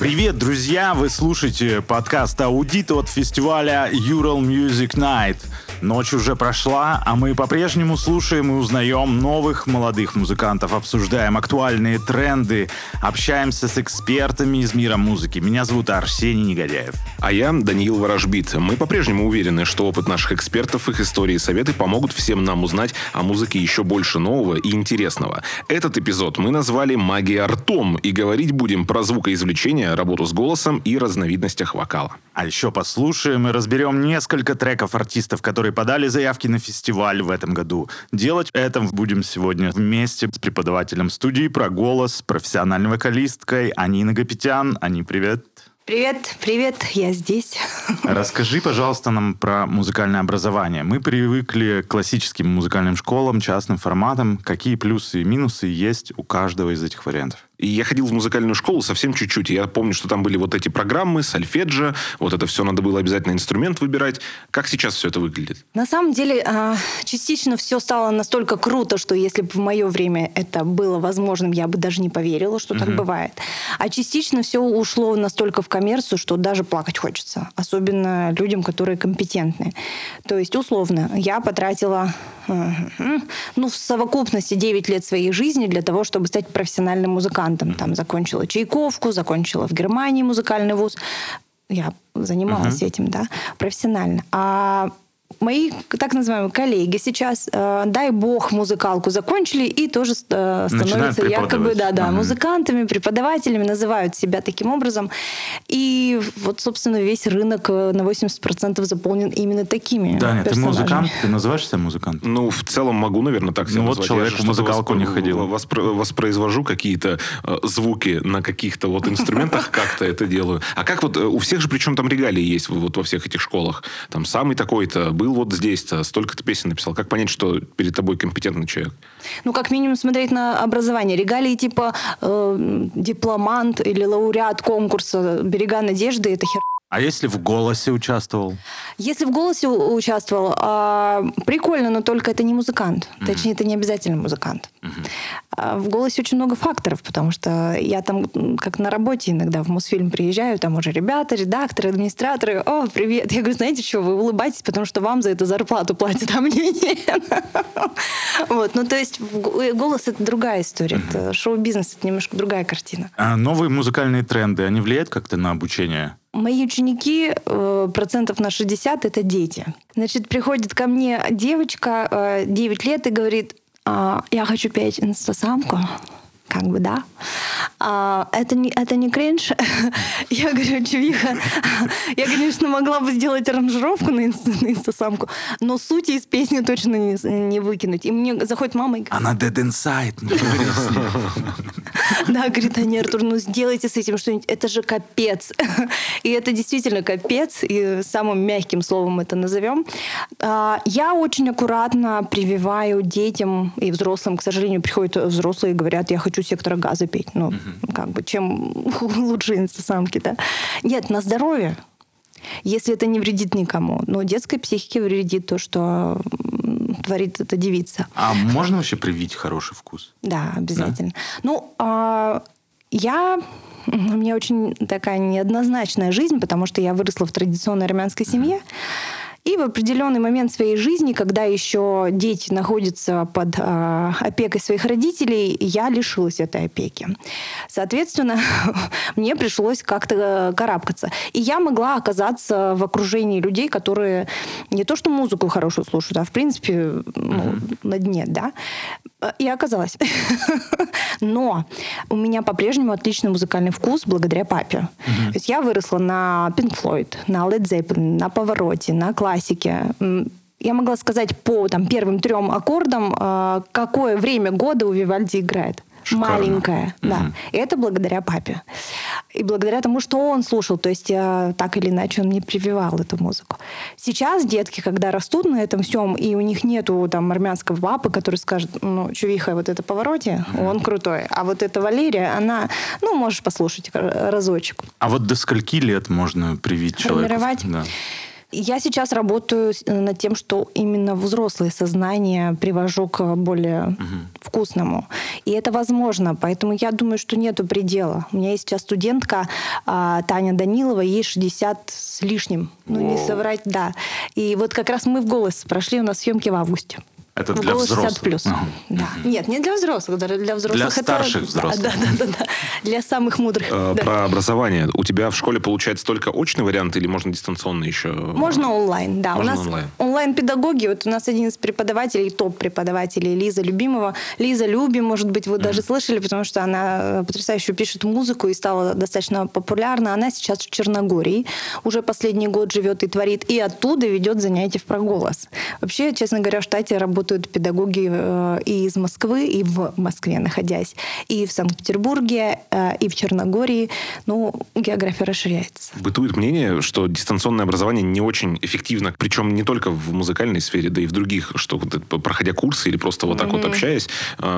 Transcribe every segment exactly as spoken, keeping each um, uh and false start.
Привет, друзья! Вы слушаете подкаст «Аудит» от фестиваля Ural Music Night. Ночь уже прошла, а мы по-прежнему слушаем и узнаем новых молодых музыкантов, обсуждаем актуальные тренды, общаемся с экспертами из мира музыки. Меня зовут Арсений Негодяев. А я Даниил Ворожбит. Мы по-прежнему уверены, что опыт наших экспертов, их истории и советы помогут всем нам узнать о музыке еще больше нового и интересного. Этот эпизод мы назвали «Магия ртом», и говорить будем про звукоизвлечение, работу с голосом и разновидностях вокала. А еще послушаем и разберем несколько треков артистов, которые подали заявки на фестиваль в этом году. Делать это будем сегодня вместе с преподавателем студии про голос, профессиональной вокалисткой Аниной Гапетян. Ани, привет! Привет, привет, я здесь. Расскажи, пожалуйста, нам про музыкальное образование. Мы привыкли к классическим музыкальным школам, частным форматам. Какие плюсы и минусы есть у каждого из этих вариантов? И я ходил в музыкальную школу совсем чуть-чуть. Я помню, что там были вот эти программы, сольфеджио. Вот это все надо было обязательно инструмент выбирать. Как сейчас все это выглядит? На самом деле, частично все стало настолько круто, что если бы в мое время это было возможным, я бы даже не поверила, что так бывает. А частично все ушло настолько в коммерцию, что даже плакать хочется. Особенно людям, которые компетентны. То есть, условно, я потратила ну, в совокупности девять лет своей жизни для того, чтобы стать профессиональным музыкантом. Там закончила Чайковку, закончила в Германии музыкальный вуз. Я занималась uh-huh. этим, да, профессионально. А мои так называемые коллеги сейчас, э, дай бог, музыкалку закончили и тоже э, становятся якобы да, да, uh-huh. музыкантами, преподавателями, называют себя таким образом. И вот, собственно, весь рынок на восемьдесят процентов заполнен именно такими Даня, персонажами. Ты музыкант? Ты называешь себя музыкантом? Ну, в целом могу, наверное, так себя ну, назвать. Вот человек в музыкалку воспро- не ходил. Воспро- воспроизвожу какие-то э, звуки на каких-то вот инструментах, как-то это делаю. А как вот, у всех же, причем там регалии есть вот во всех этих школах. Там самый такой-то был вот здесь-то, столько-то песен написал. Как понять, что перед тобой компетентный человек? Ну, как минимум, смотреть на образование. Регалии типа э, дипломант или лауреат конкурса «Берега надежды» — это хер... А если в голосе участвовал? Если в голосе участвовал, а, прикольно, но только это не музыкант. Mm-hmm. Точнее, это не обязательно музыкант. Mm-hmm. А в голосе очень много факторов, потому что я там, как на работе иногда в Мосфильм приезжаю, там уже ребята, редакторы, администраторы. О, привет. Я говорю, знаете что, вы улыбаетесь, потому что вам за это зарплату платят, а мне нет. Вот, ну то есть голос — это другая история. Это шоу-бизнес — это немножко другая картина. А новые музыкальные тренды, они влияют как-то на обучение? Мои ученики, процентов на шестьдесят, это дети. Значит, приходит ко мне девочка, девять лет, и говорит, я хочу петь инстасамку. Как бы, да. А, это, не, это не кринж. Я говорю, чувиха, я, конечно, могла бы сделать аранжировку на, инст, на инстасамку, но сути из песни точно не, не выкинуть. И мне заходит мама и говорит... Она dead inside. Да, говорит, Аня, Артур, ну сделайте с этим что-нибудь. Это же капец. И это действительно капец. И самым мягким словом это назовем. Я очень аккуратно прививаю детям и взрослым. К сожалению, приходят взрослые и говорят, я хочу сектора газа петь. Ну, uh-huh. как бы, чем лучше инстасамки, да? Нет, на здоровье. Если это не вредит никому. Но детской психике вредит то, что творит эта девица. А можно вообще привить хороший вкус? Да, обязательно. Да? Ну, а, я... У меня очень такая неоднозначная жизнь, потому что я выросла в традиционной армянской семье. И в определенный момент своей жизни, когда еще дети находятся под э, опекой своих родителей, я лишилась этой опеки. Соответственно, мне пришлось как-то карабкаться. И я могла оказаться в окружении людей, которые не то что музыку хорошую слушают, а в принципе ну, на дне, да. И оказалась. Но у меня по-прежнему отличный музыкальный вкус благодаря папе. То есть я выросла на Pink Floyd, на Led Zeppelin, на Pavarotti, на классике. Я могла сказать по там, первым трем аккордам, какое время года у Вивальди играет. Шикарно. Маленькая, угу. да. И это благодаря папе. И благодаря тому, что он слушал. То есть так или иначе он мне прививал эту музыку. Сейчас детки, когда растут на этом всем, и у них нету там армянского папы, который скажет, ну, чувиха, вот это Pavarotti, угу. он крутой. А вот эта Валерия, она, ну, можешь послушать разочек. А вот до скольки лет можно привить человеку? Формировать? Да. Я сейчас работаю над тем, что именно взрослое сознание привожу к более угу. вкусному. И это возможно. Поэтому я думаю, что нету предела. У меня есть сейчас студентка Таня Данилова, ей шестьдесят с лишним. Ну, Воу. не соврать, да. И вот как раз мы в «Голос» прошли, у нас съемки в августе. Это для «Голос» взрослых? шестьдесят плюс. Uh-huh. Да. Uh-huh. Нет, не для взрослых. Для взрослых. Для это... старших взрослых. Да, да, да, да. Для самых мудрых. Э, да. Про образование. У тебя в школе получается только очный вариант или можно дистанционно еще? Можно онлайн, да. Можно у нас онлайн. онлайн-педагоги. Вот у нас один из преподавателей, топ-преподавателей, Лиза Любимова. Лиза Люби, может быть, вы mm-hmm. даже слышали, потому что она потрясающе пишет музыку и стала достаточно популярна. Она сейчас в Черногории. Уже последний год живет и творит. И оттуда ведет занятия в «Проголос». Вообще, честно говоря, в штате работают педагоги и из Москвы, и в Москве находясь, и в Санкт-Петербурге, и в Черногории. Ну, география расширяется. Бытует мнение, что дистанционное образование не очень эффективно, причем не только в музыкальной сфере, да и в других, что проходя курсы или просто вот так mm-hmm. вот общаясь,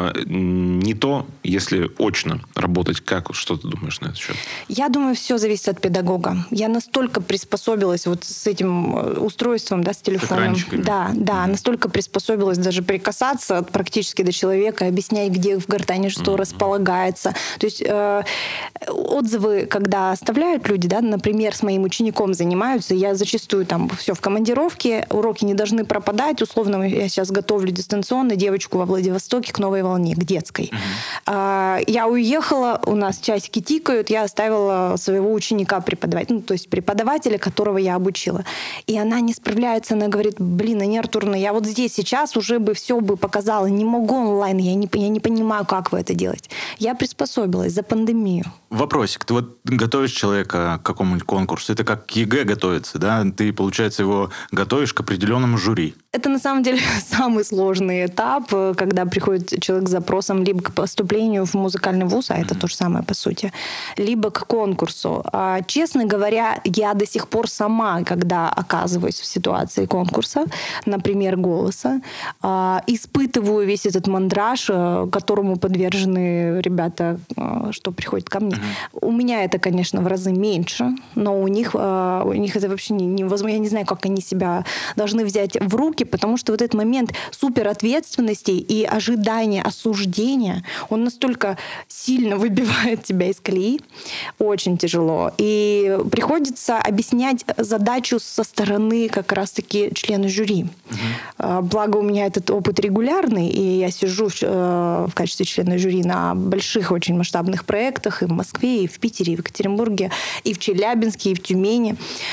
не то, если очно работать. Как? Что ты думаешь на этот счет? Я думаю, все зависит от педагога. Я настолько приспособилась вот с этим устройством, да, с телефоном. С да, да, mm-hmm. настолько приспособилась даже прикасаться практически до человека, объяснять, где в гортани что mm-hmm. располагается. То есть э, отзывы, когда оставляют люди, да, например, с моим учеником занимаются, я зачастую там все в командировке, уроки не должны пропадать. Условно, я сейчас готовлю дистанционно девочку во Владивостоке к новой волне, к детской. Mm-hmm. Э, я уехала, у нас часики тикают, я оставила своего ученика преподавать, ну, то есть преподавателя, которого я обучила. И она не справляется, она говорит: блин, Анне Артуровна, я вот здесь сейчас уже бы все бы показала, не могу онлайн, я не, я не понимаю, как вы это делаете. Я приспособилась за пандемию. Вопросик. Ты вот готовишь человека к какому-нибудь конкурсу, это как к ЕГЭ готовится, да? Ты, получается, его готовишь к определенному жюри. Это, на самом деле, самый сложный этап, когда приходит человек с запросом либо к поступлению в музыкальный вуз, а это mm-hmm. то же самое, по сути, либо к конкурсу. А, честно говоря, я до сих пор сама, когда оказываюсь в ситуации конкурса, например, «Голоса», а, испытываю весь этот мандраж, которому подвержены ребята, что приходят ко мне. Mm-hmm. У меня это, конечно, в разы меньше, но у них, у них это вообще невозможно. Я не знаю, как они себя должны взять в руки, потому что вот этот момент суперответственности и ожидания осуждения, он настолько сильно выбивает тебя из колеи. Очень тяжело. И приходится объяснять задачу со стороны как раз-таки члена жюри. Mm-hmm. Благо у меня этот опыт регулярный, и я сижу в, в качестве члена жюри на больших, очень масштабных проектах и в Москве, и в Питере, и в Екатеринбурге, и в Челябинске, и в Тюмени.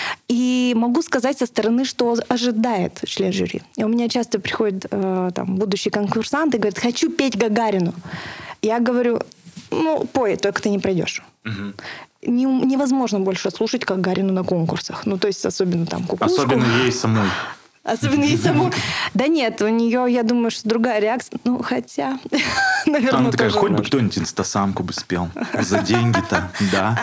И могу сказать со стороны, что ожидает член жюри. И у меня часто приходят э, там, будущие конкурсанты и говорят: хочу петь Гагарину. Я говорю: ну, пой, только ты не пройдешь. Угу. Не, невозможно больше слушать Гагарину на конкурсах. Ну, то есть, особенно там кукушку. Особенно ей самой. Особенно ей самой. Да нет, у нее, я думаю, что другая реакция. Ну, хотя, наверное, она такая: хоть может. бы кто-нибудь инстасамку бы спел. За деньги-то, да.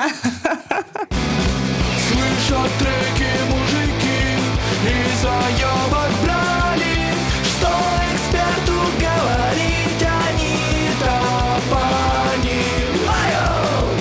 Слышат треки мужики и заебок брали, что эксперту говорить они-то понимают.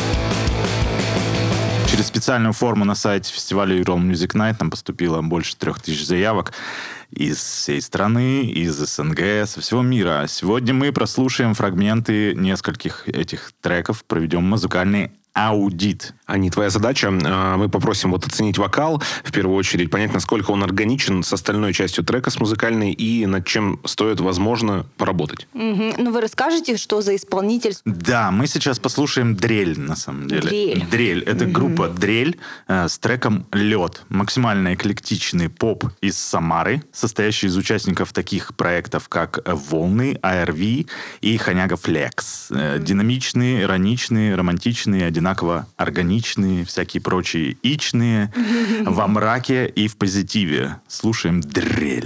Через специальную форму на сайте фестиваля Ural Music Night нам поступило больше трех тысяч заявок из всей страны, из СНГ, со всего мира. Сегодня мы прослушаем фрагменты нескольких этих треков, проведем музыкальный аудит. Ани, твоя задача, мы попросим вот оценить вокал, в первую очередь, понять, насколько он органичен с остальной частью трека, с музыкальной, и над чем стоит, возможно, поработать. Угу. Ну, вы расскажете, что за исполнитель? Да, мы сейчас послушаем «Дрель», на самом деле. «Дрель». «Дрель». Это угу. группа «Дрель» э, с треком «Лед». Максимально эклектичный поп из Самары, состоящий из участников таких проектов, как «Волны», «эй ар ви» и «Ханяга Флекс». Э, динамичные, ироничные, романтичные, одинаково органичные, всякие прочие ичные, во мраке и в позитиве. Слушаем «Дрель».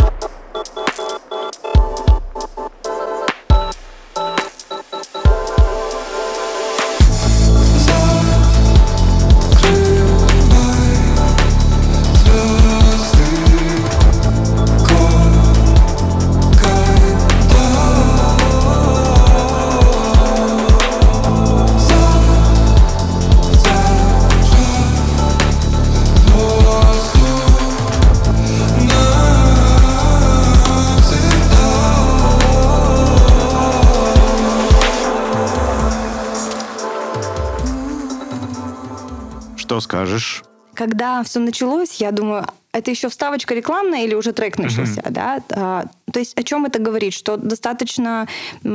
скажешь? Когда все началось, я думаю, это еще вставочка рекламная или уже трек начался, uh-huh. да? А, то есть о чем это говорит? Что достаточно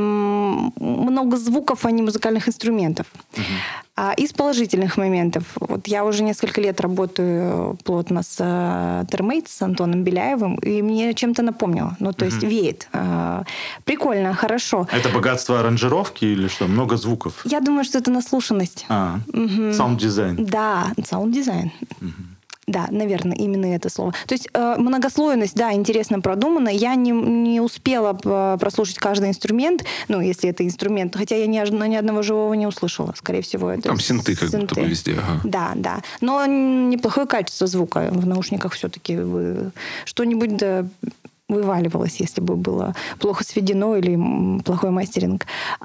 м- много звуков, а не музыкальных инструментов. Uh-huh. А из положительных моментов. Вот я уже несколько лет работаю плотно с uh, Termates, с Антоном Беляевым, и мне чем-то напомнило. Ну, то uh-huh. есть веет. А, прикольно, хорошо. Это богатство аранжировки или что? Много звуков? Я думаю, что это наслушанность. А, uh-huh. саунд-дизайн. Да, саунд-дизайн. Uh-huh. Да, наверное, именно это слово. То есть э, многослойность, да, интересно продумана. Я не, не успела прослушать каждый инструмент, ну, если это инструмент, хотя я ни, ни одного живого не услышала. Скорее всего, это там синты как синты. будто бы везде. Ага. Да, да. Но неплохое качество звука в наушниках все-таки. Вы... Что-нибудь да, вываливалось, если бы было плохо сведено или плохой мастеринг.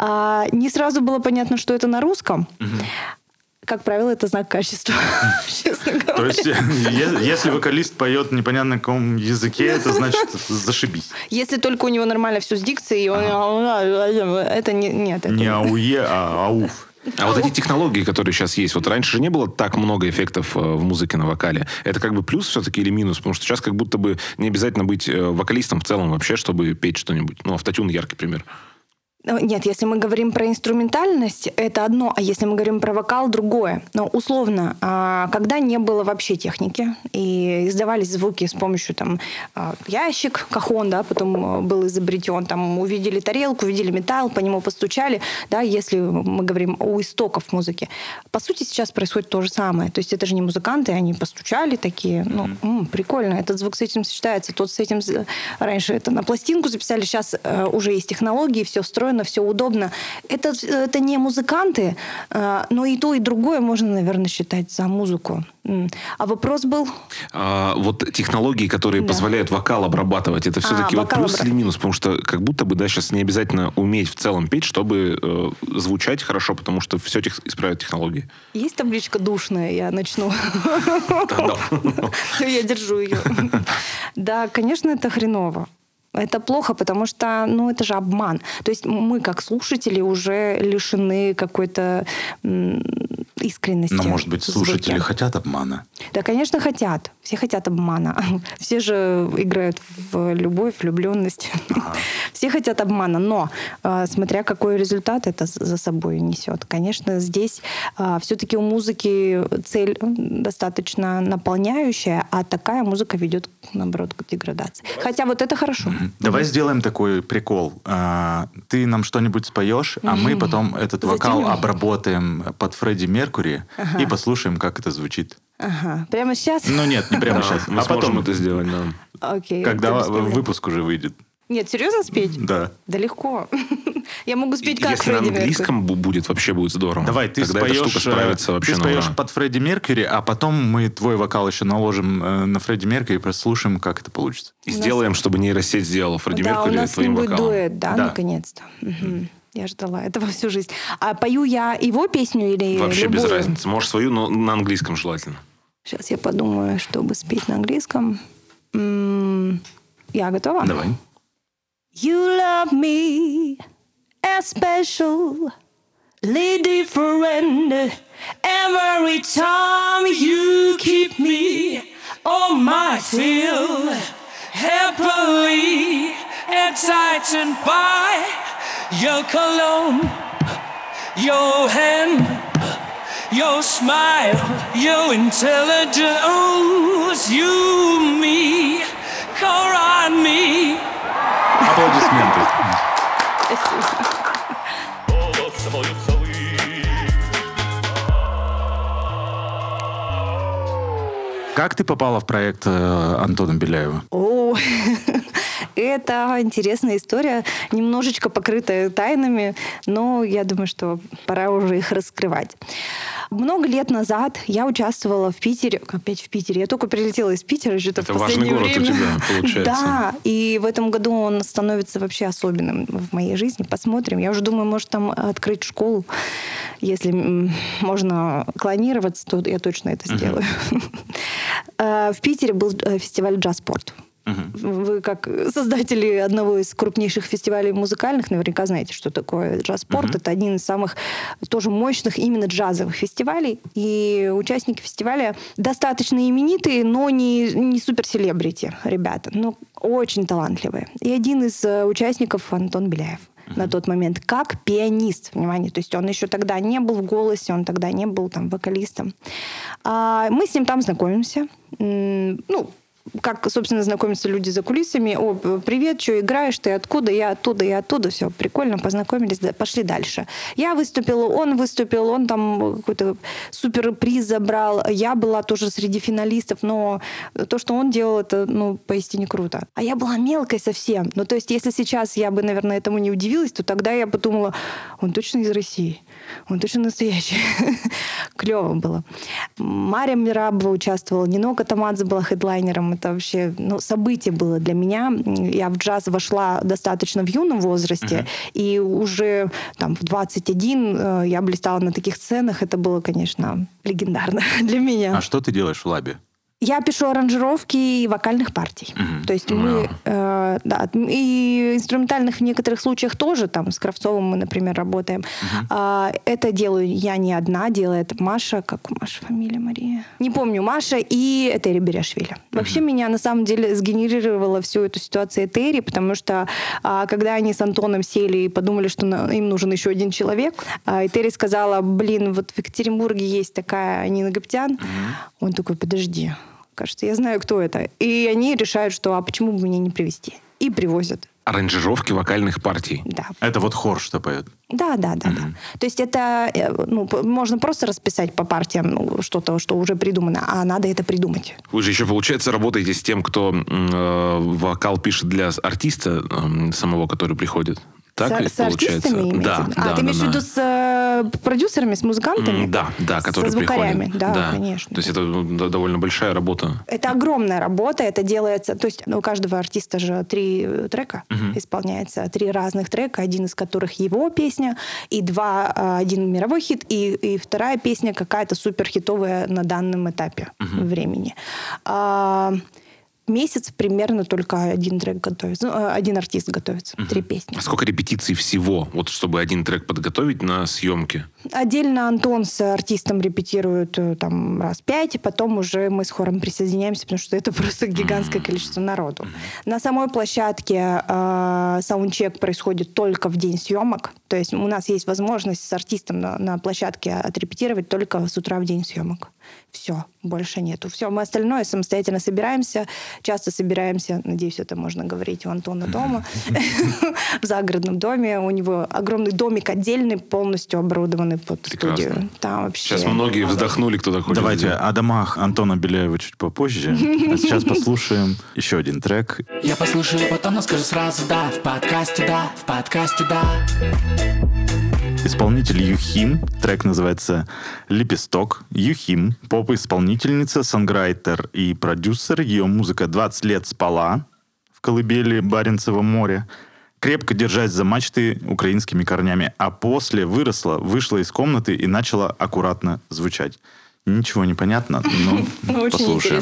А не сразу было понятно, что это на русском. Угу. Как правило, это знак качества, честно говоря. То есть, если вокалист поет непонятно на каком языке, это значит зашибись. Если только у него нормально все с дикцией, ага. это не, нет. Это не ауе, а ауф. А вот эти технологии, которые сейчас есть, вот раньше же не было так много эффектов в музыке на вокале. Это как бы плюс все-таки или минус? Потому что сейчас как будто бы не обязательно быть вокалистом в целом вообще, чтобы петь что-нибудь. Ну, автотюн яркий пример. Нет, если мы говорим про инструментальность, это одно, а если мы говорим про вокал, другое. Но условно, когда не было вообще техники, и издавались звуки с помощью там, ящик, кахон, да, потом был изобретен, там, увидели тарелку, увидели металл, по нему постучали, да, если мы говорим о истоках музыки. По сути, сейчас происходит то же самое. То есть это же не музыканты, они постучали такие, ну, м, прикольно, этот звук с этим сочетается, тот с этим... Раньше это на пластинку записали, сейчас уже есть технологии, все встроено, все удобно. Это, это не музыканты, но и то, и другое можно, наверное, считать за музыку. А вопрос был? А, вот технологии, которые да. позволяют вокал обрабатывать, это все-таки а, вот плюс обраб... или минус? Потому что как будто бы да, сейчас не обязательно уметь в целом петь, чтобы э, звучать хорошо, потому что все тех, исправят технологии. Есть табличка душная, я начну. Я держу ее. Да, конечно, это хреново. Это плохо, потому что, ну, это же обман. То есть мы, как слушатели, уже лишены какой-то м- искренности. Но, может быть, слушатели хотят обмана? Да, конечно, хотят. Все хотят обмана. Все же играют в любовь, влюбленность. Ага. Все хотят обмана. Но, э, смотря какой результат это за собой несет. Конечно, здесь э, все-таки у музыки цель достаточно наполняющая, а такая музыка ведет, наоборот, к деградации. Хотя вот это хорошо. Mm-hmm. Давай mm-hmm. сделаем такой прикол. А, ты нам что-нибудь споешь, mm-hmm. а мы потом этот вокал Затянем. обработаем под Фредди Меркьюри ага. и послушаем, как это звучит. Ага. Прямо сейчас? Ну нет, не прямо сейчас. Мы а потом это сделать, да. Окей. Когда выпуск уже выйдет. Нет, серьезно спеть? Да. Да легко. Я могу спеть как Если Фредди на английском Меркьюри. будет, вообще будет здорово. Давай, ты Тогда споешь, эта штука справится вообще ты споешь под Фредди Меркьюри, а потом мы твой вокал еще наложим на Фредди Меркьюри и прослушаем, как это получится. И нас... сделаем, чтобы нейросеть сделала Фредди да, Меркьюри твоим вокалом. Да, у нас с ним будет дуэт, да, да. наконец-то. Угу. Я ждала этого всю жизнь. А пою я его песню или вообще любую? без разницы. Можешь свою, но на английском желательно. Сейчас я подумаю, чтобы спеть на английском. М-м- я готова? Давай. You love me as special, different. Every time you keep me on my field, happily excited by your cologne, your hand, your smile, your intelligence, you, me, call on me. Аплодисменты. Как ты попала в проект Антона Беляева? О, это интересная история, немножечко покрытая тайнами, но я думаю, что пора уже их раскрывать. Много лет назад я участвовала в Питере, опять в Питере, я только прилетела из Питера, что-то в последнее время. Это важный город у тебя, получается. Да, и в этом году он становится вообще особенным в моей жизни. Посмотрим. Я уже думаю, может там открыть школу. Если можно клонироваться, то я точно это сделаю. Uh-huh. В Питере был фестиваль «Джазпорт». Угу. Вы, как создатели одного из крупнейших фестивалей музыкальных, наверняка знаете, что такое джаз-спорт. Угу. Это один из самых тоже мощных именно джазовых фестивалей. И участники фестиваля достаточно именитые, но не, не суперселебрити ребята. Но очень талантливые. И один из участников Антон Беляев. Uh-huh. На тот момент, как пианист, внимание, то есть он еще тогда не был в голосе, он тогда не был там вокалистом. А мы с ним там знакомимся, ну, как, собственно, знакомятся люди за кулисами. О, привет, что играешь, ты откуда? Я оттуда, я оттуда. Все, прикольно, познакомились, пошли дальше. Я выступила, он выступил, он там какой-то суперприз забрал. Я была тоже среди финалистов, но то, что он делал, это, ну, поистине круто. А я была мелкой совсем. Ну, то есть, если сейчас я бы, наверное, этому не удивилась, то тогда я подумала, он точно из России. Он точно настоящий. Клево было. Мария Мирабова участвовала, Нино Катамадзе была хедлайнером. Это вообще, ну, событие было для меня. Я в джаз вошла достаточно в юном возрасте, uh-huh. и уже там в двадцать один э, я блистала на таких сценах. Это было, конечно, легендарно для меня. А что ты делаешь в лабе? Я пишу аранжировки вокальных партий. Uh-huh. То есть мы... Э, да, и инструментальных в некоторых случаях тоже. Там с Кравцовым мы, например, работаем. Uh-huh. А, это делаю я не одна, делает Маша. Как у Маши фамилия, Мария? Не помню. Маша и Этери Бериашвили. Uh-huh. Вообще меня, на самом деле, сгенерировала всю эту ситуацию Этери, потому что а, когда они с Антоном сели и подумали, что на, им нужен еще один человек, а, Этери сказала, блин, вот в Екатеринбурге есть такая Нина Гаптян. Uh-huh. Он такой, подожди, кажется, я знаю, кто это. И они решают, что а почему бы меня не привезти? И привозят. Аранжировки вокальных партий. Да. Это вот хор, что поет? Да, да, да, mm-hmm. да. То есть это, ну, можно просто расписать по партиям, ну, что-то, что уже придумано, а надо это придумать. Вы же еще, получается, работаете с тем, кто э, вокал пишет для артиста э, самого, который приходит? Так с, ведь с получается? артистами имеете? Да, а, да, ты имеешь в да, виду да. с э, продюсерами, с музыкантами? Mm, да, да, которые со звукарями, приходят. Да, да, конечно. То есть это ну, довольно большая работа. Это огромная работа, это делается... То есть ну, у каждого артиста же три трека uh-huh. исполняется, три разных трека, один из которых его песня, и два, один мировой хит, и, и вторая песня какая-то суперхитовая на данном этапе uh-huh. времени. А, месяц примерно только один трек готовится. Ну, один артист готовится. Uh-huh. Три песни. А сколько репетиций всего, вот чтобы один трек подготовить на съемке? Отдельно Антон с артистом репетирует там раз пять, и потом уже мы с хором присоединяемся, потому что это просто гигантское uh-huh. количество народу. Uh-huh. На самой площадке э, саундчек происходит только в день съемок. То есть у нас есть возможность с артистом на, на площадке отрепетировать только с утра в день съемок. Все, больше нету. Все, мы остальное самостоятельно собираемся. Часто собираемся, надеюсь, это можно говорить, у Антона дома, в загородном доме. У него огромный домик отдельный, полностью оборудованный под студию. Там вообще... Сейчас многие вздохнули, кто хочет. Давайте о домах Антона Беляева чуть попозже. А сейчас послушаем еще один трек. Я послушаю, потом скажу сразу да. В подкасте да, в подкасте да. Исполнитель Юхим. Трек называется «Лепесток». Юхим — поп-исполнительница, сонграйтер и продюсер. Ее музыка двадцать лет спала в колыбели Баренцева моря, крепко держась за мачты украинскими корнями, а после выросла, вышла из комнаты и начала аккуратно звучать. Ничего не понятно, но послушаем.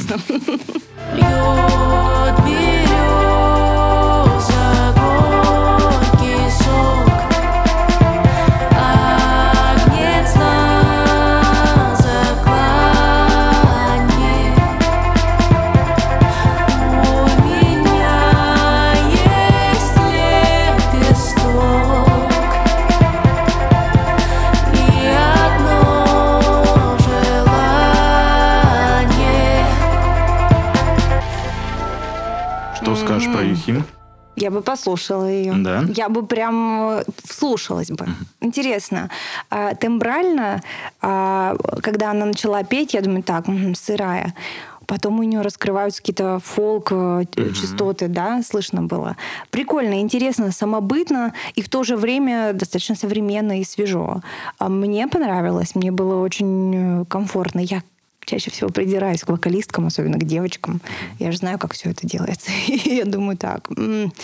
Что скажешь про Юхим? Я бы послушала ее. Да? Я бы прям вслушалась бы. Uh-huh. Интересно. А, тембрально, а, когда она начала петь, я думаю, так, м-м, сырая. Потом у нее раскрываются какие-то фолк-частоты, uh-huh. да, слышно было. Прикольно, интересно, самобытно и в то же время достаточно современно и свежо. А мне понравилось, мне было очень комфортно. Я чаще всего придираюсь к вокалисткам, особенно к девочкам. Я же знаю, как все это делается. И я думаю, так, м-м,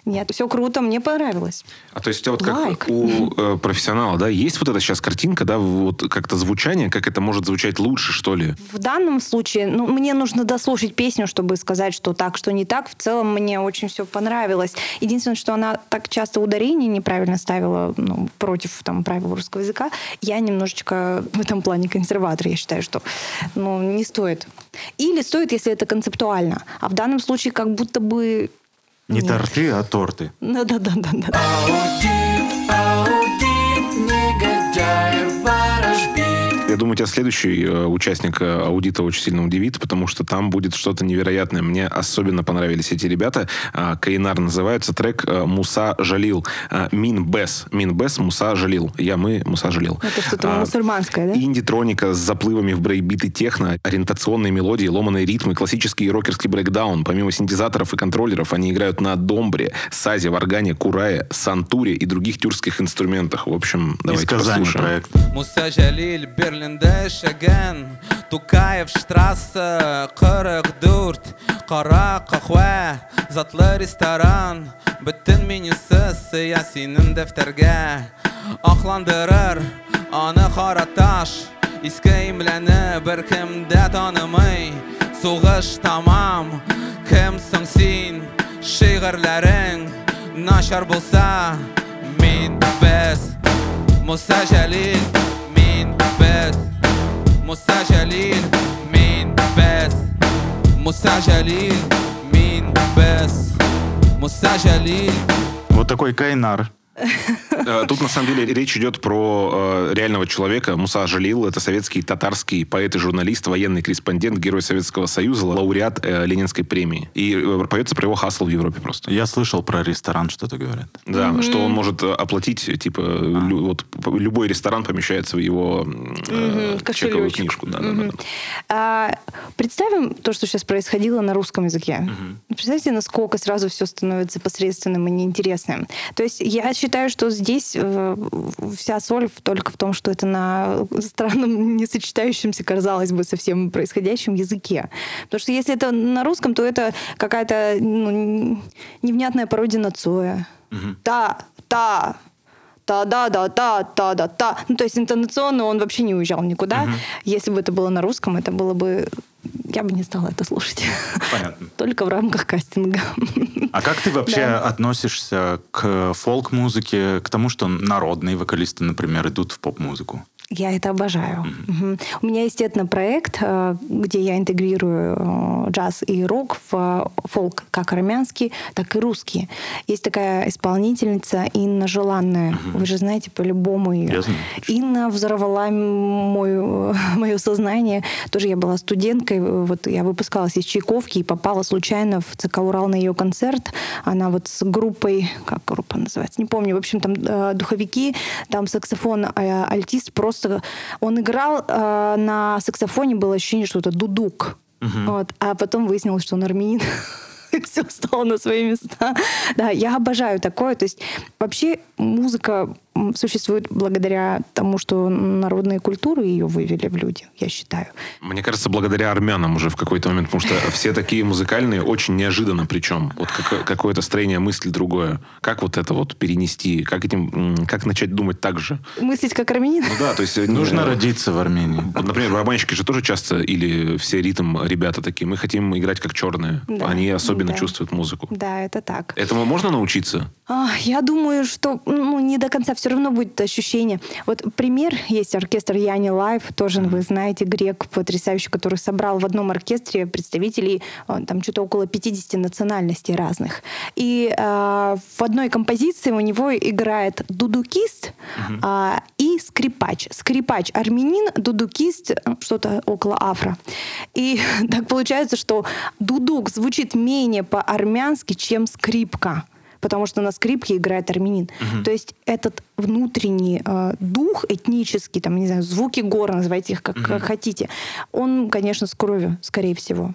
Нет, все круто, мне понравилось. А то есть у тебя вот как Лайк. у э, профессионала, да, есть вот эта сейчас картинка, да, вот как-то звучание, как это может звучать лучше, что ли? В данном случае, ну, мне нужно дослушать песню, чтобы сказать, что так, что не так. В целом мне очень все понравилось. Единственное, что она так часто ударение неправильно ставила, ну, против там, правил русского языка. Я немножечко в этом плане консерватор. Я считаю, что ну, не стоит. Или стоит, если это концептуально. А в данном случае как будто бы... Не Нет. торты, а торты. Да-да-да-да. Аудит, аудит, негодяев ворожбит. Я думаю, тебя следующий э, участник э, аудита очень сильно удивит, потому что там будет что-то невероятное. Мне особенно понравились эти ребята. Э, Кайнар называется трек э, «Муса Жалил». Э, Мин Бес. Мин Бес, Муса Жалил. Я, мы, Муса Жалил. Это что-то А, мусульманское, да? Инди-троника с заплывами в брейкбит и техно, ориентационные мелодии, ломаные ритмы, классический рокерский брейкдаун. Помимо синтезаторов и контроллеров, они играют на домбре, сазе, варгане, курае, сантуре и других тюркских инструментах. В общем, давайте Из Казани послушаем. проект. Musa Jalil Berlin'de yaşagan Tukayev Strasse kırk dört Kara kahve Zatlı restoran Bütün menüsü siyasinin defterge Aklandırır Anı kara taş İske imleni bir kimde tanımay Soğuş tamam Kimsin sen Şiirlerin Naşar bulsa Min bez Musa Jalil Min bez Musa Jalil Min bez Musa Jalil Min bez Musa Jalil. Вот такой Кайнар. Э, Тут, на самом деле, речь идет про э, реального человека. Муса Жалил. Это советский татарский поэт и журналист, военный корреспондент, герой Советского Союза, лауреат э, Ленинской премии. И э, поется про его хасл в Европе просто. Я слышал про ресторан, что-то говорят. Да, mm-hmm. что он может э, оплатить, типа, лю- вот п- любой ресторан помещается в его э, Mm-hmm, чековую кошелечек. книжку. Да, Mm-hmm. да, да. А, представим то, что сейчас происходило на русском языке. Мгм. Представьте, насколько сразу все становится посредственным и неинтересным. То есть я считаю, что здесь э, вся соль в- только в том, что это на странном, несочетающемся, казалось бы, со всем происходящем языке. Потому что если это на русском, то это какая-то ну, невнятная пародия на Цоя. Мгм. Та, та, та-да-да-та, та-да-та. Ну, то есть интонационно он вообще не уезжал никуда. Мгм. Если бы это было на русском, это было бы... Я бы не стала это слушать. Понятно. Только в рамках кастинга. А как ты вообще Да. относишься к фолк-музыке, к тому, что народные вокалисты, например, идут в поп-музыку? Я это обожаю. Мгм. У меня есть этнопроект, э, где я интегрирую э, джаз и рок в э, фолк, как армянский, так и русский. Есть такая исполнительница Инна Желанная. Вы же знаете по-любому ее. Я знаю. Инна взорвала мое, мое сознание. Тоже я была студенткой. Вот я выпускалась из Чайковки и попала случайно в ЦК «Урал» на ее концерт. Она вот с группой, как группа называется, не помню. В общем, там э, духовики, там саксофон, э, альтист. Просто он играл э, на саксофоне, было ощущение, что это дудук. Вот. А потом выяснилось, что он армянин. И все стало на свои места. Да, я обожаю такое. То есть вообще музыка м, существует благодаря тому, что народные культуры ее вывели в люди, я считаю. Мне кажется, благодаря армянам уже в какой-то момент, потому что все такие музыкальные, очень неожиданно причем. Вот как- какое-то строение мысли другое. Как вот это вот перенести? Как этим, м, как начать думать так же? Мыслить как армянин? Ну да, то есть... э, Нужно э, родиться в Армении. Вот, например, барабанщики же тоже часто, или все ритм ребята такие, мы хотим играть как черные. Да, Они особенно да. чувствуют музыку. Да, это так. Этому можно научиться? А, Я думаю, что ну, не до конца все равно будет ощущение. Вот пример есть оркестр Яни Лайв, тоже вы знаете, грек потрясающий, который собрал в одном оркестре представителей а, там что-то около пятидесяти национальностей разных. И а, в одной композиции у него играет дудукист а, и скрипач. Скрипач армянин, дудукист а, что-то около афро. И так получается, что дудук звучит менее по-армянски, чем скрипка. Потому что на скрипке играет армянин. То есть этот внутренний э, дух этнический, там, не знаю, звуки гор, называйте их как, как хотите, он, конечно, с кровью, скорее всего.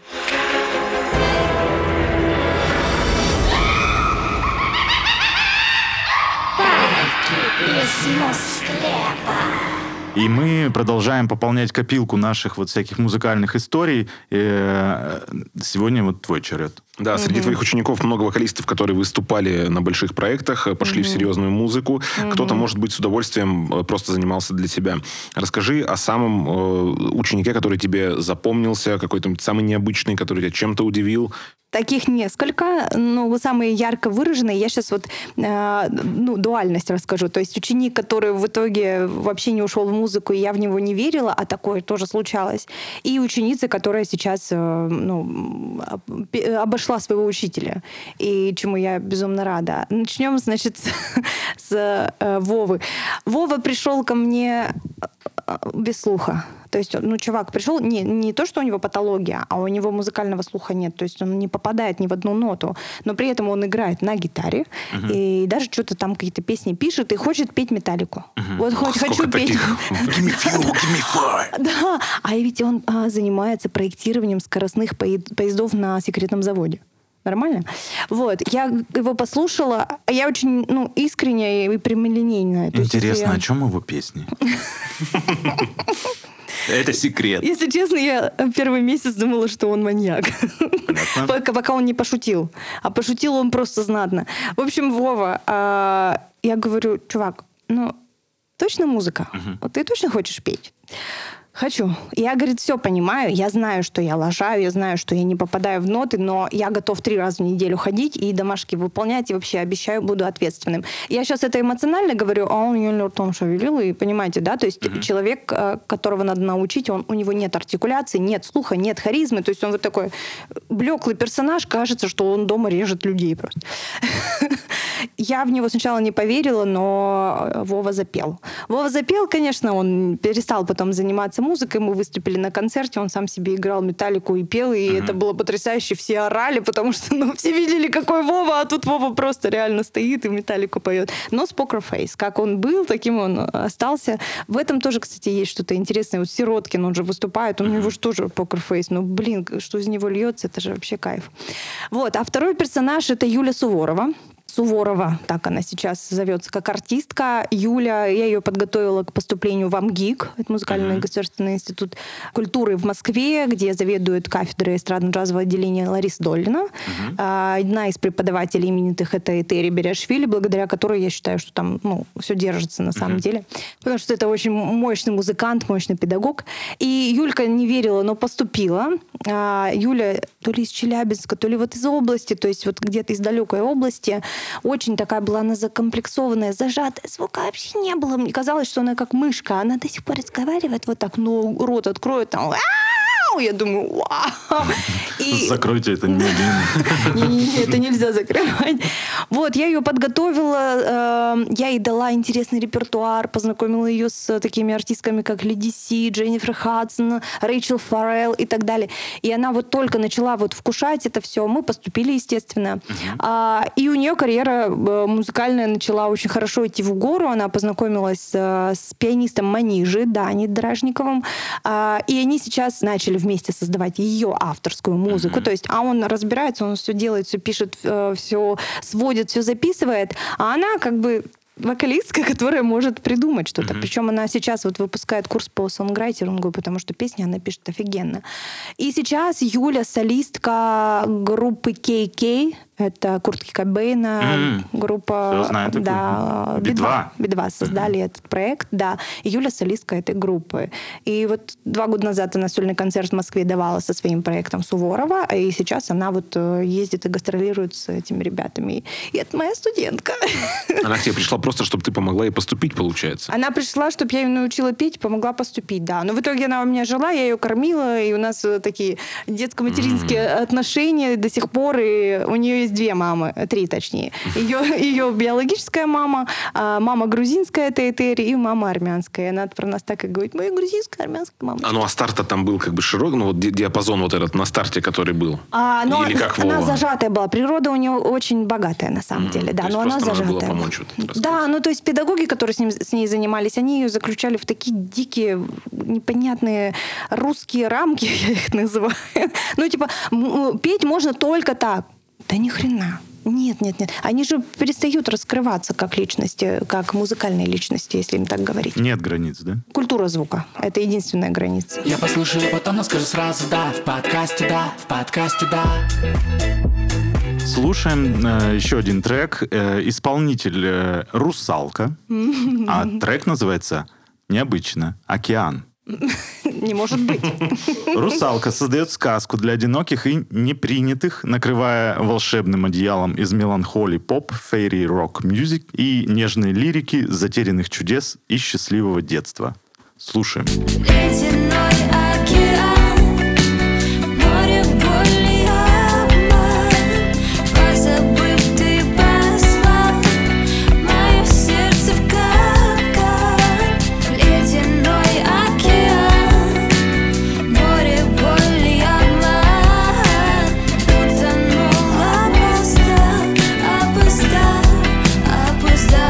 И мы продолжаем пополнять копилку наших вот всяких музыкальных историй. Э, Сегодня вот твой черед. Да, среди Мгм. твоих учеников много вокалистов, которые выступали на больших проектах, э, пошли в серьезную музыку. Кто-то, может быть, с удовольствием э, просто занимался для себя. Расскажи о самом э, ученике, который тебе запомнился, какой-то самый необычный, который тебя чем-то удивил. Таких несколько, но самые ярко выраженные. Я сейчас вот э, ну, дуальность расскажу. То есть ученик, который в итоге вообще не ушел в музыку, и я в него не верила, а такое тоже случалось. И ученица, которая сейчас э, ну, об- обошла своего учителя, и чему я безумно рада. Начнем, значит, с, с э, Вовы. Вова пришел ко мне э, без слуха. То есть, ну, чувак пришел, не, не то, что у него патология, а у него музыкального слуха нет. То есть он не попадает ни в одну ноту, но при этом он играет на гитаре uh-huh. и даже что-то там какие-то песни пишет и хочет петь Металлику. Uh-huh. Вот хоть хочу петь. Give me fuel, give me fire. Да, а ведь он а, занимается проектированием скоростных поед- поездов на секретном заводе. Нормально? Вот. Я его послушала. Я очень, ну, искренняя и прямолинейная. То есть, Интересно, я- о чем его песни? Это секрет. Если честно, я первый месяц думала, что он маньяк. Понятно. Пока, пока он не пошутил. А пошутил он просто знатно. В общем, Вова, а, я говорю, чувак, ну, точно музыка? Вот ты точно хочешь петь? Хочу. Я, говорит, все понимаю, я знаю, что я лажаю, я знаю, что я не попадаю в ноты, но я готов три раза в неделю ходить и домашки выполнять, и вообще обещаю, буду ответственным. Я сейчас это эмоционально говорю, а он еле ртом шевелил, и понимаете, да, то есть uh-huh. человек, которого надо научить, он, у него нет артикуляции, нет слуха, нет харизмы, то есть он вот такой блеклый персонаж, кажется, что он дома режет людей просто. Я в него сначала не поверила, но Вова запел. Вова запел, конечно, он перестал потом заниматься музыкой, мы выступили на концерте, он сам себе играл Металлику и пел, и uh-huh. это было потрясающе, все орали, потому что ну, все видели, какой Вова, а тут Вова просто реально стоит и Металлику поет. Но с Poker Face, как он был, таким он остался. В этом тоже, кстати, есть что-то интересное. Вот Сироткин, он же выступает, у него же тоже Poker Face, ну, блин, что из него льется, это же вообще кайф. Вот, а второй персонаж — это Юля Суворова. Суворова, так она сейчас зовется, как артистка. Юля, я ее подготовила к поступлению в АМГИК, это музыкальный mm-hmm. государственный институт культуры в Москве, где заведует кафедрой эстрадно-джазового отделения Лариса Доллина. Mm-hmm. Одна из преподавателей именитых — это Этери Бериашвили, благодаря которой я считаю, что там ну, все держится на самом mm-hmm. деле. Потому что это очень мощный музыкант, мощный педагог. И Юлька не верила, но поступила. Юля то ли из Челябинска, то ли вот из области, то есть вот где-то из далекой области. Очень такая была она закомплексованная, зажатая, звука вообще не было. Мне казалось, что она как мышка. Она до сих пор разговаривает вот так, но рот откроет, там... Я думаю, вау! И... Закройте это немедленно. Не-не-не, это нельзя закрывать. Вот, я ее подготовила, я ей дала интересный репертуар, познакомила ее с такими артистками, как Леди Си, Дженнифер Хадсон, Рэйчел Фаррелл и так далее. И она вот только начала вот вкушать это все. Мы поступили, естественно. Uh-huh. И у нее карьера музыкальная начала очень хорошо идти в гору. Она познакомилась с пианистом Манижи, Даней Дражниковым. И они сейчас начали вместе создавать ее авторскую музыку. Mm-hmm. То есть, а он разбирается, он все делает, все пишет, все сводит, все записывает. А она как бы вокалистка, которая может придумать что-то. Mm-hmm. Причем она сейчас вот выпускает курс по сонграйтингу, потому что песни она пишет офигенно. И сейчас Юля солистка группы кей кей. Это Курт Кобейна, mm. группа... Знаю, да, би два. би два создали mm-hmm. этот проект, да. И Юля солистка этой группы. И вот два года назад она сольный концерт в Москве давала со своим проектом Суворова, и сейчас она вот ездит и гастролирует с этими ребятами. И это моя студентка. Она к тебе пришла просто, чтобы ты помогла ей поступить, получается? Она пришла, чтобы я ее научила петь, помогла поступить, да. Но в итоге она у меня жила, я ее кормила, и у нас такие детско-материнские mm-hmm. отношения до сих пор, и у нее есть две мамы, три точнее. Ее, ее биологическая мама, мама грузинская, это Этери, и мама армянская. Она про нас так и говорит, моя грузинская, армянская мама. А ну а старт там был как бы широкий, ну вот диапазон вот этот на старте, который был? А, но Или как она Вова? Зажатая была. Природа у нее очень богатая на самом mm, деле. Да, но она зажатая. Было помочь, вот, да, ну то есть педагоги, которые с, ним, с ней занимались, они ее заключали в такие дикие, непонятные русские рамки, я их называю. Ну типа петь можно только так. Да ни хрена. Нет, нет, нет. Они же перестают раскрываться как личности, как музыкальные личности, если им так говорить. Нет границ, да? Культура звука. Это единственная граница. Я послушаю, потом скажу сразу да. В подкасте да, в подкасте да. Слушаем э, еще один трек. Э, исполнитель э, «Русалка». А трек называется необычно «Океан». Не может быть. «Русалка» создает сказку для одиноких и непринятых, накрывая волшебным одеялом из меланхолии поп, фейри, рок-мьюзик и нежной лирики затерянных чудес и счастливого детства. Слушаем. Ледяной океан, море боли обман, позабыв ты позвал мое сердце в капкан. Ледяной океан, море боли обман, утонул, опоздал, опоздал, опоздал.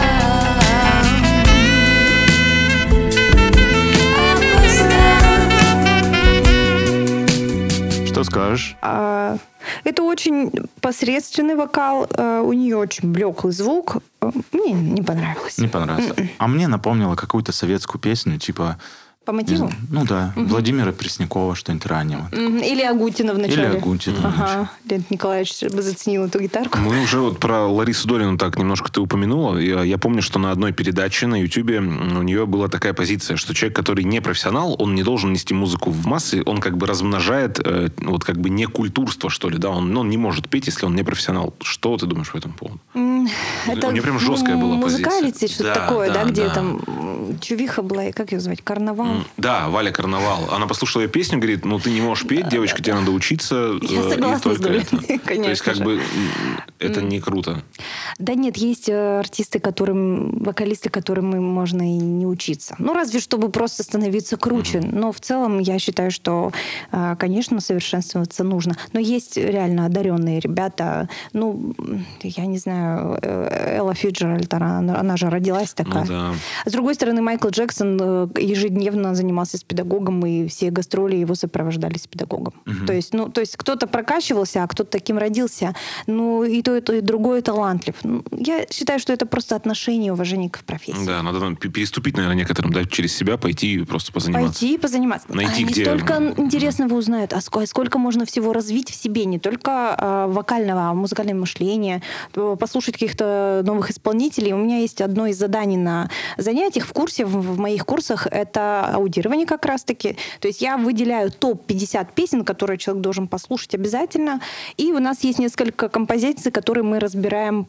Что скажешь? А, это очень посредственный вокал, а, у нее очень блеклый звук. А, Мне не понравилось. Не понравился. А мне напомнило какую-то советскую песню, типа... По не мотиву? знаю, ну да, Владимира Преснякова, что-нибудь раннего. Мгм. Или Агутина в начале. Или Агутина в начале. Ага. Леонид Николаевич бы заценил эту гитарку. Мы уже вот про Ларису Долину так немножко ты упомянула. Я, я помню, что на одной передаче на Ютубе у нее была такая позиция, что человек, который не профессионал, он не должен нести музыку в массы, он как бы размножает э, вот как бы не культурство, что ли, да, он, он не может петь, если он не профессионал. Что ты думаешь по этому поводу? М, У нее прям жесткая была позиция. Музыкалити, что-то Да, такое, да, да, где да. там м, чувиха была, и как ее звать, Карнавал? М, Да, Валя Карнавал. Она послушала ее песню, говорит, ну ты не можешь петь, девочка, тебе надо учиться. Я э, и согласна с только Долей, это. То есть конечно как же. бы м, это не круто. Да нет, есть э, артисты, которым, вокалисты, которым им можно и не учиться. Ну, разве чтобы просто становиться круче. Но в целом я считаю, что, э, конечно, совершенствоваться нужно. Но есть реально одаренные ребята. Ну, я не знаю, э, Элла Фиджеральд, она, она же родилась такая. Ну да. С другой стороны, Майкл Джексон э, ежедневно занимался с педагогом, и все гастроли его сопровождали с педагогом. То есть, ну, то есть кто-то прокачивался, а кто-то таким родился. Ну, и то, и то, и другое талантлив. Ну, я считаю, что это просто отношение и уважение к профессии. Да, надо там переступить, наверное, некоторым, да, через себя пойти и просто позаниматься. Пойти и позаниматься. Найти, Они где- столько интересного узнают, а ск- сколько можно всего развить в себе, не только а, вокального, а музыкального мышления, то послушать каких-то новых исполнителей. У меня есть одно из заданий на занятиях в курсе, в, в моих курсах, это аудирование как раз-таки. То есть я выделяю топ пятьдесят песен, которые человек должен послушать обязательно, и у нас есть несколько композиций, которые мы разбираем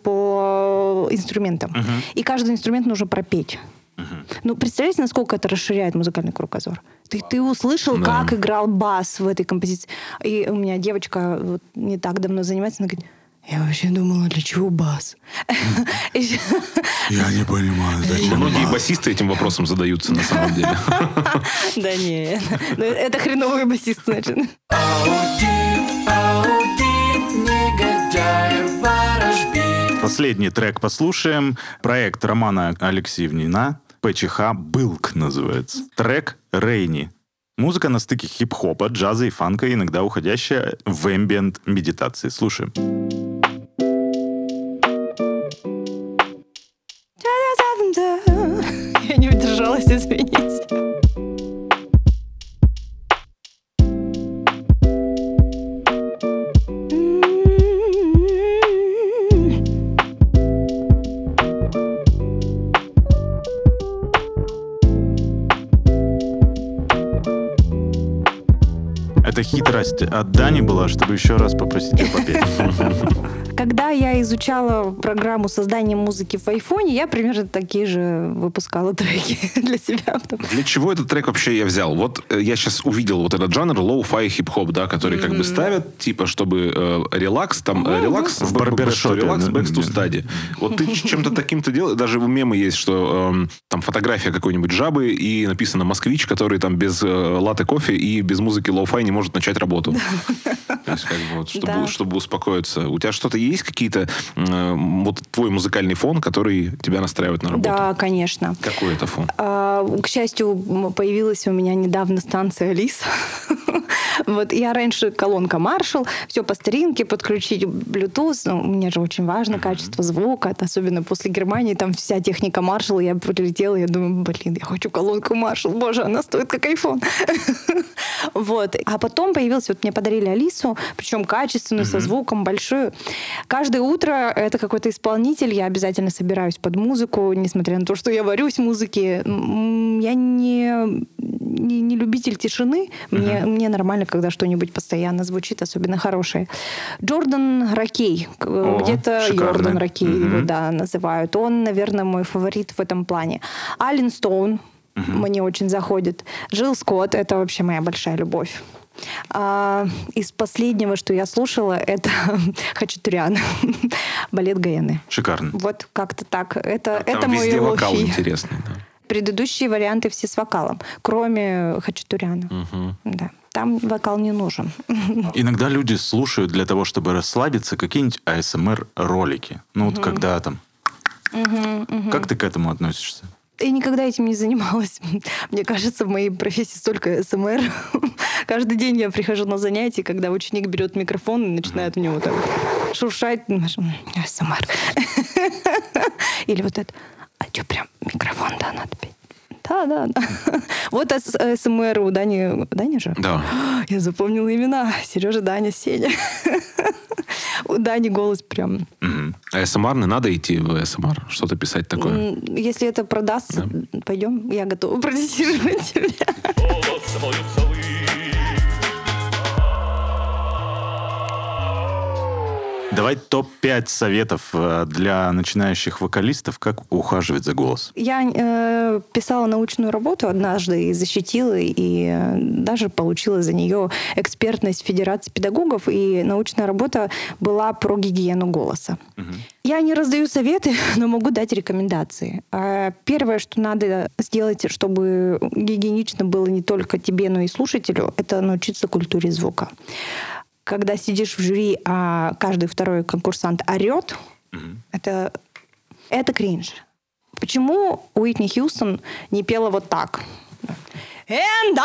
по инструментам. И каждый инструмент нужно пропеть. Ну, представляете, насколько это расширяет музыкальный кругозор? Ты, ты услышал, Да. как играл бас в этой композиции. И у меня девочка вот не так давно занимается, она говорит, я вообще думала, для чего бас? И- Я не понимаю, зачем. Многие басисты этим вопросом задаются на самом деле. Да нет, ну, это хреновый басист, значит. Аудит, аудит, негодяев ворожбит. Последний трек послушаем. Проект Романа Алексеевнина ПЧХ «Былк» называется. Трек «Рейни». Музыка на стыке хип-хопа, джаза и фанка, иногда уходящая в эмбиент медитации. Слушаем. Я не удержалась, извините. Это хитрость от Дани была, чтобы еще раз попросить ее попеть. Когда я изучала программу создания музыки в айфоне, я примерно такие же выпускала треки для себя. Для чего этот трек вообще я взял? Вот э, я сейчас увидел вот этот жанр лоу-фай хип-хоп, да, который как бы ставят, типа, чтобы э, релакс, там, э, релакс, В б- б- барбершопе, что, релакс, да, бэкс ту да. стади. Вот ты чем-то таким-то делаешь, даже в мемы есть, что эм, там фотография какой-нибудь жабы и написано «Москвич», который там без э, латте кофе и без музыки лоу-фай не может начать работу. То есть, как бы, вот, чтобы, Да. чтобы успокоиться. У тебя что-то есть, какие-то, э, вот твой музыкальный фон, который тебя настраивает на работу? Да, конечно. Какой это фон? А, к счастью, м, появилась у меня недавно станция Лис. Вот я раньше колонка Marshall, все по старинке, подключить Bluetooth. Ну, мне же очень важно качество звука, это особенно после Германии, там вся техника Marshall, я прилетела, я думаю, блин, я хочу колонку Marshall, боже, она стоит как iPhone. Вот. А потом появился, вот мне подарили Алису, причем качественную, со звуком, большую. Каждое утро это какой-то исполнитель, я обязательно собираюсь под музыку, несмотря на то, что я варюсь в музыке. М, Я не, не, не любитель тишины, мне, мне нормально, когда что-нибудь постоянно звучит, особенно хорошее. Джордан Ракей, к- О, где-то шикарный. Йордан Ракей Мгм. его, да, называют. Он, наверное, мой фаворит в этом плане. Ален Стоун мне очень заходит. Джилл Скотт — это вообще моя большая любовь. А, из последнего, что я слушала, это Хачатурян, балет Гаяны. Шикарно. Вот как-то так. Это, Там это мой везде вокал лофи. интересный. да. Предыдущие варианты все с вокалом, кроме Хачатуряна. Да. Там вокал не нужен. Иногда люди слушают для того, чтобы расслабиться, какие-нибудь а эс эм эр-ролики. Ну, вот когда там... Как ты к этому относишься? Я никогда этим не занималась. Мне кажется, в моей профессии столько эс эм эр. Каждый день я прихожу на занятия, когда ученик берет микрофон и начинает в него так шуршать. эс эм эр. Или вот это. А что, прям микрофон, да, надо петь? Да, да, да. Вот эс эм эр у Дани. Дани же? Да. Я запомнила имена. Сережа, Даня, Сеня. У Дани голос прям... Мгм. А эс эм ар не надо идти в эс эм ар, что-то писать такое. М, Если это продастся, пойдем, я готова продюсировать тебя. Давай топ пять советов э, для начинающих вокалистов, как ухаживать за голос. Я э, писала научную работу однажды и защитила, и э, даже получила за нее экспертность Федерации педагогов, и научная работа была про гигиену голоса. Я не раздаю советы, но могу дать рекомендации. А Первое, что надо сделать, чтобы гигиенично было не только тебе, но и слушателю, это научиться культуре звука. Когда сидишь в жюри, а каждый второй конкурсант орет, это, это кринж. Почему Уитни Хьюстон не пела вот так? And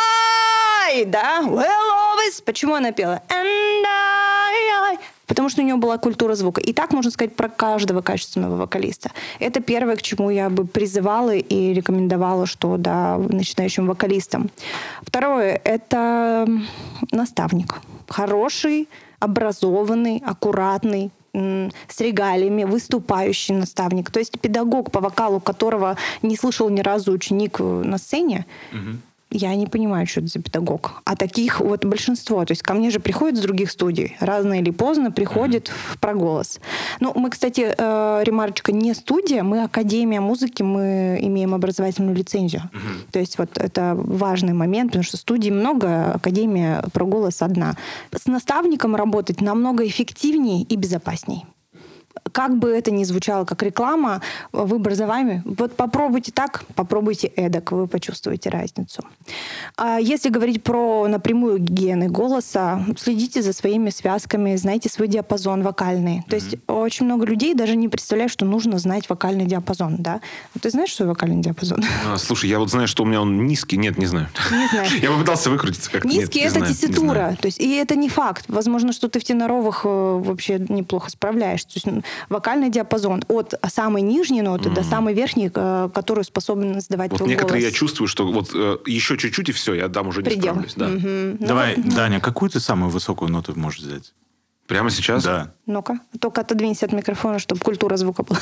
I, да, will always... Почему она пела? And I... Потому что у нее была культура звука. И так можно сказать про каждого качественного вокалиста. Это первое, к чему я бы призывала и рекомендовала, что да, начинающим вокалистам. Второе — это наставник. Хороший, образованный, аккуратный, м, с регалиями, выступающий наставник. То есть педагог, по вокалу которого не слышал ни разу ученик на сцене, я не понимаю, что это за педагог. А таких вот большинство. То есть ко мне же приходят с других студий. Рано или поздно приходят в проголос. Ну, мы, кстати, э, ремарочка, не студия, мы Академия музыки, мы имеем образовательную лицензию. То есть вот это важный момент, потому что студий много, Академия проголос одна. С наставником работать намного эффективнее и безопасней. Как бы это ни звучало как реклама, выбор за вами. Вот попробуйте так, попробуйте эдак, вы почувствуете разницу. А если говорить про напрямую гигиену голоса, следите за своими связками, знайте свой диапазон вокальный. То есть очень много людей даже не представляют, что нужно знать вокальный диапазон. Да? Ты знаешь свой вокальный диапазон? А, слушай, я вот знаю, что у меня он низкий. Нет, не знаю. Не знаю. Я попытался выкрутиться как-то. Нет, Низкий не это знаю, не тесситура. знаю. То есть, и это не факт. Возможно, что ты в теноровых э, вообще неплохо справляешься. То есть, м, вокальный диапазон от самой нижней ноты до самой верхней, э, которую способен сдавать Вот твой некоторые голос. я чувствую, что вот э, еще чуть-чуть и все, я там уже не Предел. справлюсь. Да. Мгм. Ну, Давай, Даня, какую ты самую высокую ноту можешь взять? Прямо сейчас? Да. Ну-ка, только отодвинься от микрофона, чтобы культура звука была.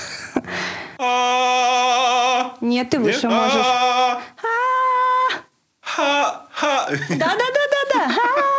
Нет, ты выше можешь. Да-да-да-да-да.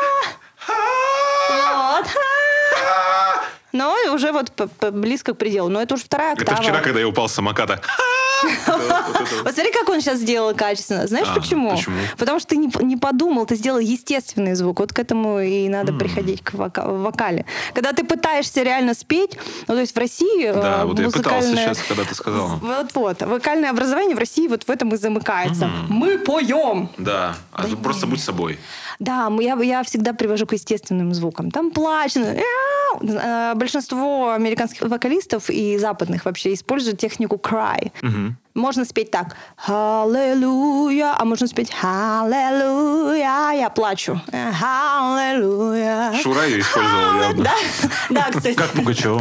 Вот. Ну, уже вот п- п- близко к пределу. Но это уже вторая Это октава. вчера, когда я упал с самоката. Вот смотри, как он сейчас сделал качественно. Знаешь А, почему? почему? Потому что ты не, не подумал, ты сделал естественный звук. Вот к этому и надо приходить к вока- в вокале. Когда ты пытаешься реально спеть, ну, то есть в России Да, э, вот я пытался музыкальное... сейчас, когда ты сказала. Вот-вот. Вокальное образование в России вот в этом и замыкается. Мы поем! Да, а ты просто будь собой. Да, мы- я, я всегда привожу к естественным звукам. Там плач. Э, Большинство американских вокалистов и западных вообще используют технику cry. Можно спеть так. Аллилуйя. А можно спеть Аллилуйя. Я плачу. Аллилуйя. Шура ее использовал явно. Да, да, кстати. Как Пугачева.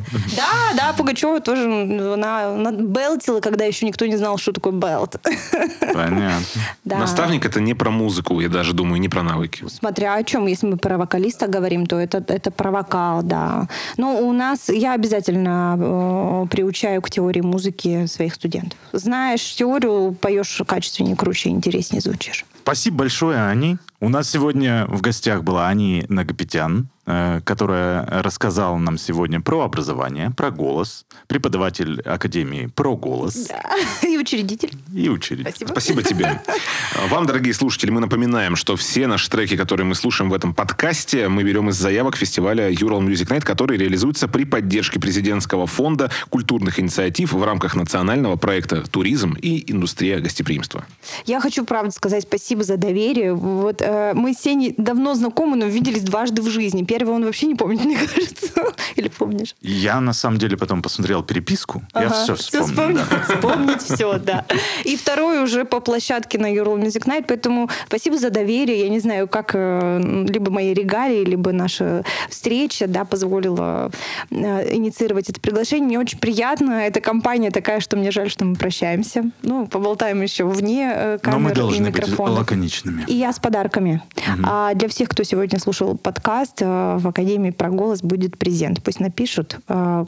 Да, да, Пугачева тоже, она, она белтила, когда еще никто не знал, что такое белт. Понятно. Да. Наставник — это не про музыку, я даже думаю, не про навыки. Смотря о чем, если мы про вокалиста говорим, то это, это про вокал, да. Но у нас, я обязательно э, приучаю к теории музыки своих студентов. Знаешь теорию, поешь качественнее, круче, интереснее звучишь. Спасибо большое, Ани. У нас сегодня в гостях была Ани Нагопетян, э, которая рассказала нам сегодня про образование, про голос, преподаватель Академии про голос Да. И учредитель. и учредитель. Спасибо. Спасибо тебе. Вам, дорогие слушатели, мы напоминаем, что все наши треки, которые мы слушаем в этом подкасте, мы берем из заявок фестиваля Ural Music Night, который реализуется при поддержке президентского фонда культурных инициатив в рамках национального проекта «Туризм и индустрия гостеприимства». Я хочу, правда, сказать спасибо за доверие. Вот э, мы с Сеней давно знакомы, но виделись дважды в жизни. Первый он вообще не помнит, мне кажется. Или помнишь? Я, на самом деле, потом посмотрел переписку. Я Ага, все всё вспомнил. вспомнил. да. Вспомнить все, да. И второй уже по площадке на Ural Music Night. Поэтому спасибо за доверие. Я не знаю, как э, либо мои регалии, либо наша встреча, да, позволила э, инициировать это приглашение. Мне очень приятно. Эта компания такая, что мне жаль, что мы прощаемся. Ну, поболтаем еще вне э, Но камер мы и должны быть микрофонов. лаконичными. И я с подарками. А для всех, кто сегодня слушал подкаст, э, в Академии про голос будет презент. Пусть напишут. э,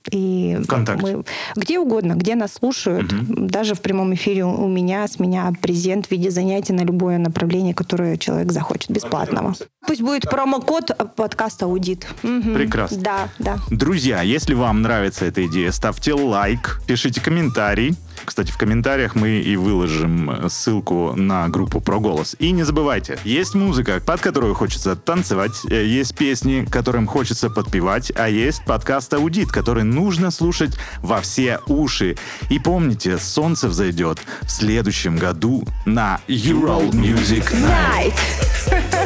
И ВКонтакте. мы где угодно, где нас слушают, даже в прямом эфире у меня, с меня презент в виде занятий на любое направление, которое человек захочет, бесплатного. Пусть будет промокод подкаста «Аудит». Мгм. Прекрасно. Да, да. Друзья, если вам нравится эта идея, ставьте лайк, пишите комментарий. Кстати, в комментариях мы и выложим ссылку на группу про голос. И не забывайте, есть музыка, под которую хочется танцевать, э, есть песни, которым хочется подпевать, а есть подкаст «Аудит», который нужно слушать во все уши. И помните, солнце взойдет в следующем году на Ural Music Night. Night.